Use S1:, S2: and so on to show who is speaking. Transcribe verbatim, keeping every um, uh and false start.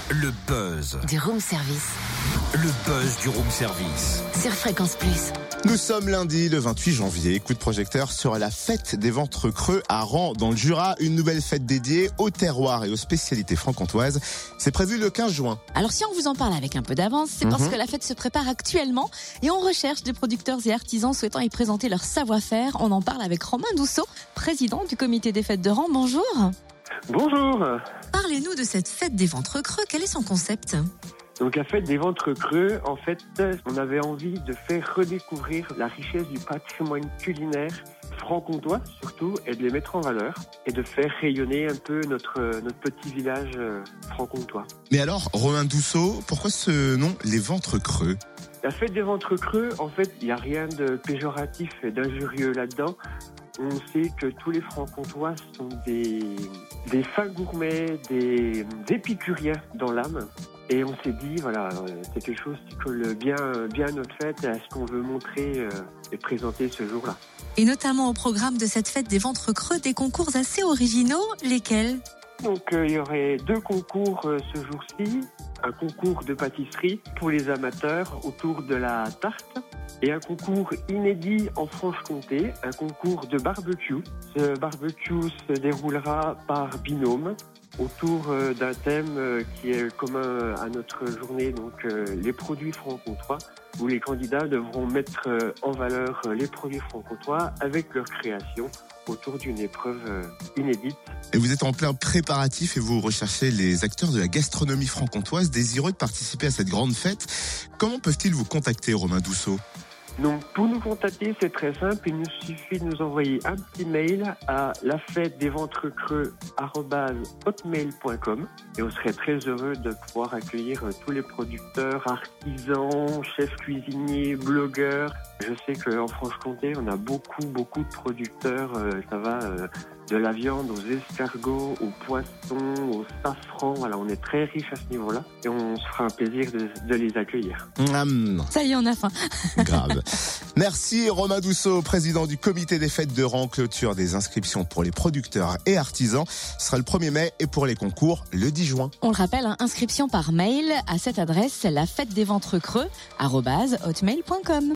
S1: Le buzz.
S2: Du room service.
S1: Le buzz du room service.
S2: Sur Fréquence Plus.
S3: Nous sommes lundi, le vingt-huit janvier. Coup de projecteur sur la fête des ventres creux à Rans, dans le Jura. Une nouvelle fête dédiée au terroir et aux spécialités franc-comtoises. C'est prévu le quinze juin.
S4: Alors si on vous en parle avec un peu d'avance, c'est parce
S3: Mhm.
S4: que la fête se prépare actuellement et on recherche des producteurs et artisans souhaitant y présenter leur savoir-faire. On en parle avec Romain Dousseau, président du comité des fêtes de Rans. Bonjour.
S5: Bonjour.
S4: Parlez-nous de cette fête des ventres creux. Quel est son concept ?
S5: Donc la fête des ventres creux, en fait, on avait envie de faire redécouvrir la richesse du patrimoine culinaire franc-comtois surtout, et de les mettre en valeur et de faire rayonner un peu notre notre petit village euh, franc-comtois.
S3: Mais alors, Romain Dousseau, pourquoi ce nom, les ventres creux ?
S5: La fête des ventres creux, en fait, il n'y a rien de péjoratif et d'injurieux là-dedans. On sait que tous les francs-comtois sont des, des fins gourmets, des, des épicuriens dans l'âme. Et on s'est dit, voilà, c'est quelque chose qui colle bien, bien à notre fête et à ce qu'on veut montrer euh, et présenter ce jour-là.
S4: Et notamment au programme de cette fête des ventres creux, des concours assez originaux. Lesquels ?
S5: Donc euh, il y aurait deux concours euh, ce jour-ci. Un concours de pâtisserie pour les amateurs autour de la tarte. Et un concours inédit en Franche-Comté, un concours de barbecue. Ce barbecue se déroulera par binôme autour euh, d'un thème euh, qui est commun à notre journée, donc euh, les produits franc-comtois, où les candidats devront mettre euh, en valeur euh, les produits franc-comtois avec leur création autour d'une épreuve euh, inédite.
S3: Et vous êtes en plein préparatif et vous recherchez les acteurs de la gastronomie franc-comtoise désireux de participer à cette grande fête. Comment peuvent-ils vous contacter, Romain Dousseau ?
S5: Donc pour nous contacter, c'est très simple, il nous suffit de nous envoyer un petit mail à la fête des ventres creux arobase hotmail point com et on serait très heureux de pouvoir accueillir tous les producteurs, artisans, chefs cuisiniers, blogueurs. Je sais qu'en Franche-Comté, on a beaucoup, beaucoup de producteurs, euh, ça va euh, de la viande aux escargots, aux poissons, au safran. Voilà, on est très riche à ce niveau-là et on se fera un plaisir de, de les accueillir.
S3: Hum,
S4: Ça y est, on a faim.
S3: grave. Merci Romain Dousseau, président du comité des fêtes de Rans. Clôture des inscriptions pour les producteurs et artisans. Ce sera le premier mai et pour les concours, le dix juin.
S4: On le rappelle, hein, inscription par mail à cette adresse, la fête des ventres creux arobase hotmail point com.